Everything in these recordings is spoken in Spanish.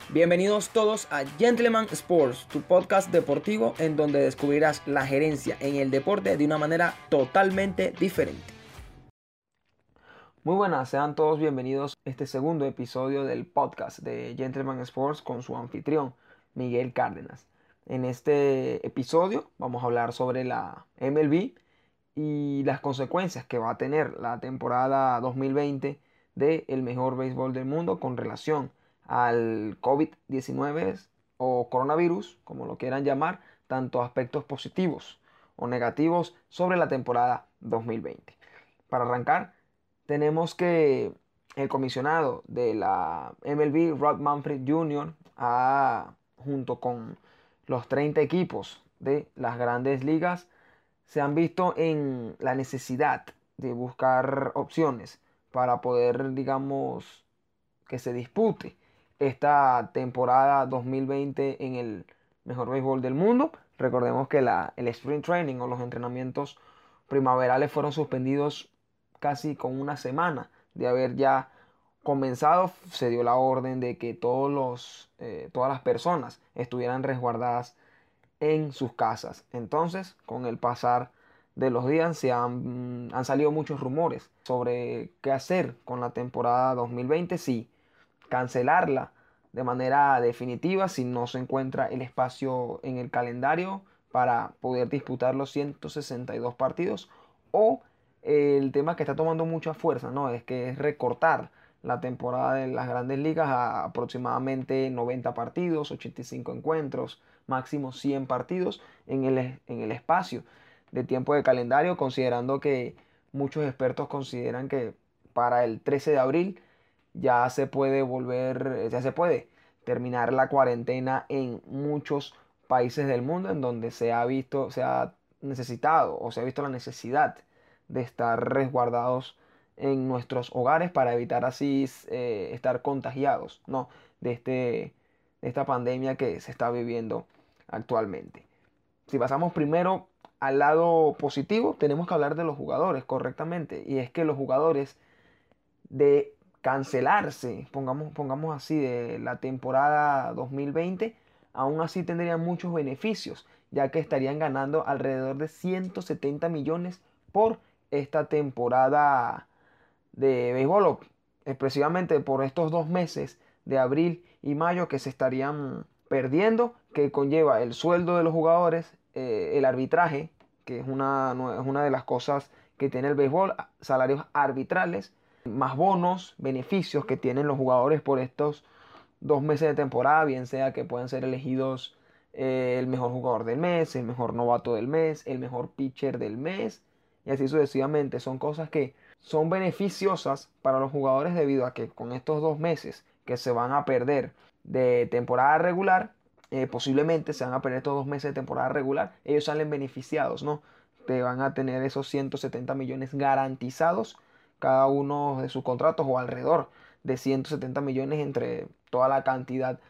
Bienvenidos todos a Gentleman Sports, tu podcast deportivo en donde descubrirás la gerencia en el deporte de una manera totalmente diferente. Muy buenas, sean todos bienvenidos a este segundo episodio del podcast de Gentleman Sports con su anfitrión, Miguel Cárdenas. En este episodio vamos a hablar sobre la MLB y las consecuencias que va a tener la temporada 2020 del mejor béisbol del mundo con relación al COVID-19 o coronavirus, como lo quieran llamar, tanto aspectos positivos o negativos sobre la temporada 2020. Para arrancar, tenemos que el comisionado de la MLB, Rob Manfred Jr., junto con los 30 equipos de las grandes ligas, se han visto en la necesidad de buscar opciones para poder, digamos, que se dispute esta temporada 2020 en el mejor béisbol del mundo. Recordemos que el Spring Training o los entrenamientos primaverales fueron suspendidos casi con una semana de haber ya comenzado. Se dio la orden de que todas las personas estuvieran resguardadas en sus casas. Entonces, con el pasar de los días han salido muchos rumores sobre qué hacer con la temporada 2020, si cancelarla de manera definitiva, si no se encuentra el espacio en el calendario para poder disputar los 162 partidos, o el tema que está tomando mucha fuerza, ¿no? Es que es recortar la temporada de las grandes ligas a aproximadamente 90 partidos, 85 encuentros, máximo 100 partidos en el espacio de tiempo de calendario, considerando que muchos expertos consideran que para el 13 de abril ya se puede terminar la cuarentena en muchos países del mundo en donde se ha necesitado o se ha visto la necesidad de estar resguardados en nuestros hogares para evitar así estar contagiados, ¿no? de esta pandemia que se está viviendo actualmente. Si pasamos primero al lado positivo, tenemos que hablar de los jugadores correctamente. Y es que los jugadores, de cancelarse, pongamos así, de la temporada 2020, aún así tendrían muchos beneficios, ya que estarían ganando alrededor de 170 millones por esta temporada de béisbol, o expresivamente por estos 2 meses de abril y mayo que se estarían perdiendo, que conlleva el sueldo de los jugadores, el arbitraje, que es una de las cosas que tiene el béisbol, salarios arbitrales, más bonos, beneficios que tienen los jugadores por estos 2 meses de temporada, bien sea que puedan ser elegidos el mejor jugador del mes, el mejor novato del mes, el mejor pitcher del mes, y así sucesivamente. Son cosas que son beneficiosas para los jugadores debido a que con estos 2 meses que se van a perder de temporada regular, posiblemente se van a perder estos 2 meses de temporada regular, ellos salen beneficiados, ¿no? Te van a tener esos 170 millones garantizados cada uno de sus contratos, o alrededor de 170 millones entre toda la cantidad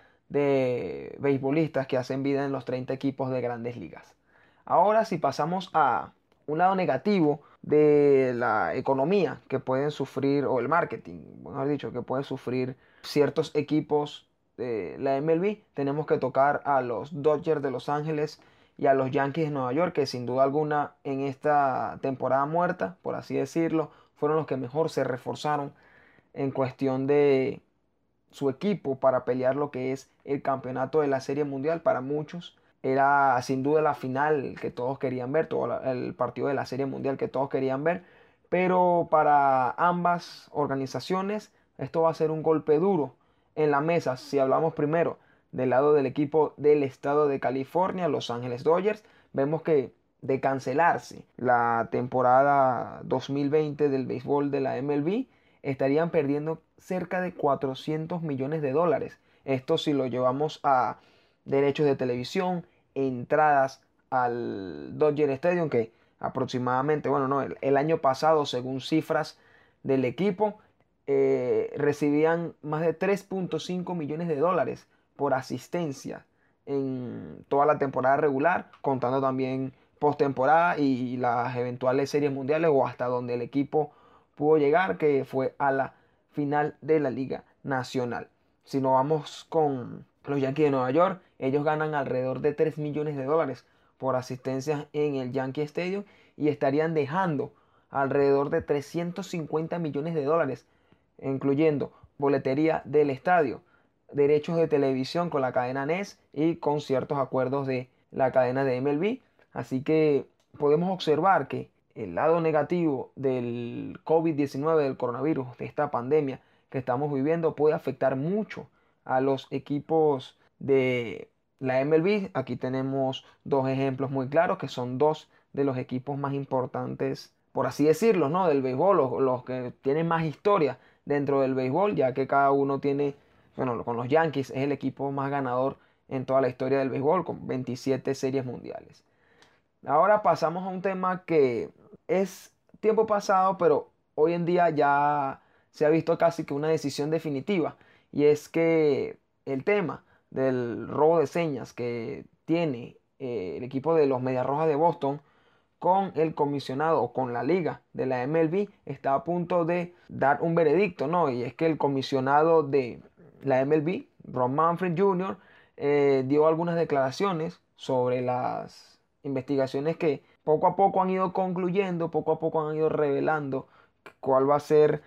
de beisbolistas que hacen vida en los 30 equipos de grandes ligas. Ahora, si pasamos a un lado negativo de la economía que pueden sufrir, o el marketing, mejor dicho, que pueden sufrir ciertos equipos de la MLB, tenemos que tocar a los Dodgers de Los Ángeles y a los Yankees de Nueva York, que sin duda alguna en esta temporada muerta, por así decirlo, fueron los que mejor se reforzaron en cuestión de su equipo para pelear lo que es el campeonato de la Serie Mundial. Para muchos era sin duda la final que todos querían ver, todo el partido de la Serie Mundial que todos querían ver, pero para ambas organizaciones esto va a ser un golpe duro en la mesa. Si hablamos primero del lado del equipo del estado de California, Los Ángeles Dodgers, vemos que de cancelarse la temporada 2020 del béisbol de la MLB, estarían perdiendo cerca de 400 millones de dólares. Esto si lo llevamos a derechos de televisión, entradas al Dodger Stadium, que aproximadamente, bueno, no, el año pasado, según cifras del equipo, recibían más de 3.5 millones de dólares por asistencia en toda la temporada regular, contando también postemporada y las eventuales series mundiales, o hasta donde el equipo pudo llegar, que fue a la final de la Liga Nacional. Si nos vamos con los Yankees de Nueva York. Ellos ganan alrededor de 3 millones de dólares por asistencia en el Yankee Stadium y estarían dejando alrededor de 350 millones de dólares, incluyendo boletería del estadio, derechos de televisión con la cadena NES y con ciertos acuerdos de la cadena de MLB. Así que podemos observar que el lado negativo del COVID-19, del coronavirus, de esta pandemia que estamos viviendo, puede afectar mucho a los equipos de la MLB. Aquí tenemos dos ejemplos muy claros, que son dos de los equipos más importantes, por así decirlo, ¿no? Del béisbol, los que tienen más historia dentro del béisbol, ya que cada uno tiene, bueno, con los Yankees es el equipo más ganador en toda la historia del béisbol, con 27 series mundiales. Ahora pasamos a un tema que es tiempo pasado, pero hoy en día ya se ha visto casi que una decisión definitiva. Y es que el tema del robo de señas que tiene el equipo de los Medias Rojas de Boston con el comisionado o con la liga de la MLB está a punto de dar un veredicto, ¿no? Y es que el comisionado de la MLB, Ron Manfred Jr., dio algunas declaraciones sobre las investigaciones que poco a poco han ido concluyendo, poco a poco han ido revelando cuál va a ser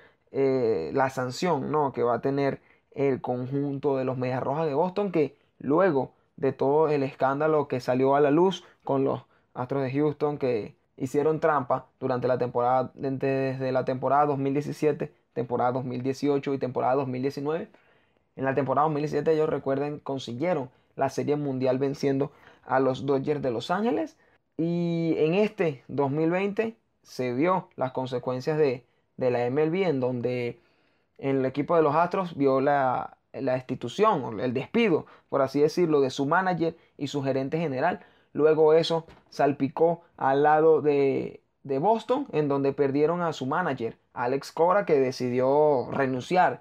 la sanción, ¿no? Que va a tener el conjunto de los Medias Rojas de Boston, que luego de todo el escándalo que salió a la luz con los Astros de Houston, que hicieron trampa durante la temporada, desde la temporada 2017, temporada 2018 y temporada 2019. En la temporada 2017, ellos recuerden, consiguieron la Serie Mundial venciendo a los Dodgers de Los Ángeles. Y en este 2020 se vio las consecuencias de la MLB, en donde el equipo de los Astros vio la destitución, el despido, por así decirlo, de su manager y su gerente general. Luego eso salpicó al lado de Boston, en donde perdieron a su manager, Alex Cora, que decidió renunciar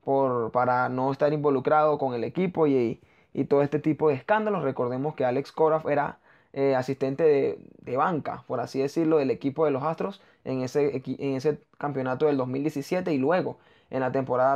para no estar involucrado con el equipo y todo este tipo de escándalos. Recordemos que Alex Cora era asistente de banca, por así decirlo, del equipo de los Astros en ese campeonato del 2017 y luego en la temporada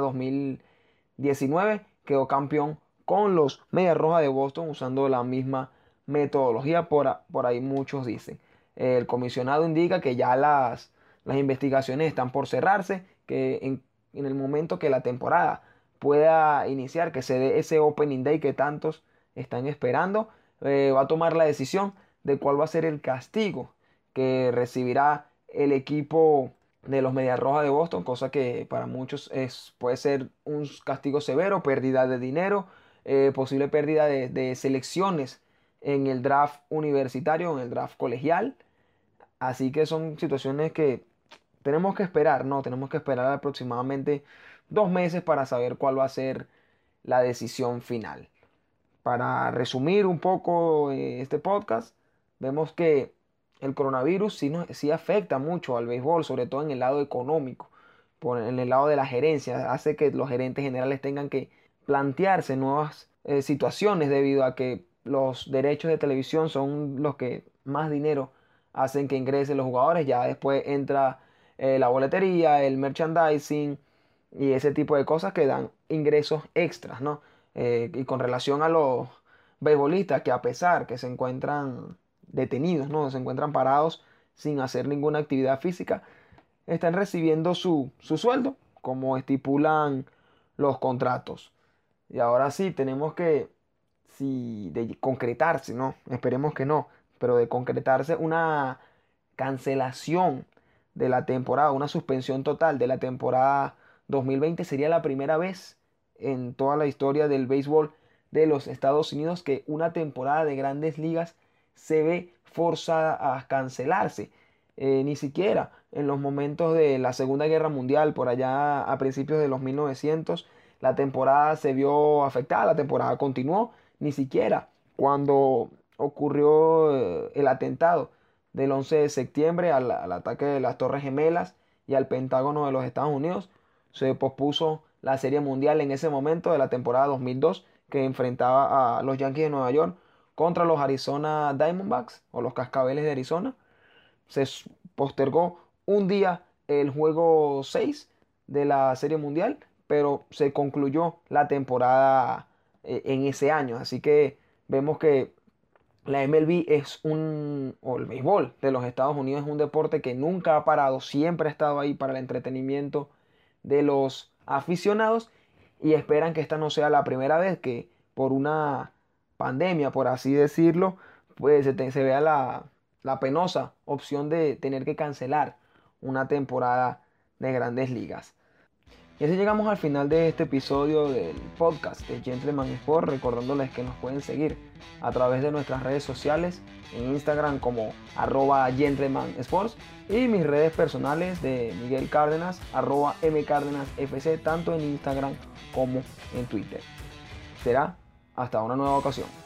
2019 quedó campeón con los Medias Rojas de Boston usando la misma metodología, por ahí muchos dicen. El comisionado indica que ya las investigaciones están por cerrarse, que en el momento que la temporada pueda iniciar, que se dé ese opening day que tantos están esperando, va a tomar la decisión de cuál va a ser el castigo que recibirá el equipo de los Medias Rojas de Boston, cosa que para muchos puede ser un castigo severo, pérdida de dinero, posible pérdida de selecciones en el draft universitario, en el draft colegial. Así que son situaciones que tenemos que esperar, ¿no? Tenemos que esperar aproximadamente 2 meses para saber cuál va a ser la decisión final. Para resumir un poco este podcast, vemos que el coronavirus sí, sí afecta mucho al béisbol, sobre todo en el lado económico, en el lado de la gerencia. Hace que los gerentes generales tengan que plantearse nuevas situaciones debido a que los derechos de televisión son los que más dinero hacen que ingresen los jugadores. Ya después entra la boletería, el merchandising y ese tipo de cosas que dan ingresos extras, ¿no? Y con relación a los beisbolistas que a pesar que se encuentran detenidos, ¿no? Se encuentran parados sin hacer ninguna actividad física, están recibiendo su sueldo, como estipulan los contratos. Y ahora sí, tenemos que, si de concretarse, ¿no? Esperemos que no, pero de concretarse una cancelación de la temporada, una suspensión total de la temporada 2020, sería la primera vez en toda la historia del béisbol de los Estados Unidos que una temporada de grandes ligas se ve forzada a cancelarse. Ni siquiera en los momentos de la Segunda Guerra Mundial, por allá a principios de los 1900, la temporada se vio afectada, la temporada continuó, ni siquiera cuando ocurrió el atentado del 11 de septiembre al ataque de las Torres Gemelas y al Pentágono de los Estados Unidos, se pospuso la Serie Mundial en ese momento de la temporada 2002 que enfrentaba a los Yankees de Nueva York contra los Arizona Diamondbacks o los Cascabeles de Arizona. Postergó un día el juego 6 de la Serie Mundial, pero se concluyó la temporada en ese año. Así que vemos que la MLB o el béisbol de los Estados Unidos es un deporte que nunca ha parado, siempre ha estado ahí para el entretenimiento de los aficionados y esperan que esta no sea la primera vez que por una pandemia, por así decirlo, pues se vea la penosa opción de tener que cancelar una temporada de Grandes Ligas. Y así llegamos al final de este episodio del podcast de Gentleman Sport, recordándoles que nos pueden seguir a través de nuestras redes sociales, en Instagram como @gentlemansports y mis redes personales de Miguel Cárdenas, @mcárdenasfc, tanto en Instagram como en Twitter. Será hasta una nueva ocasión.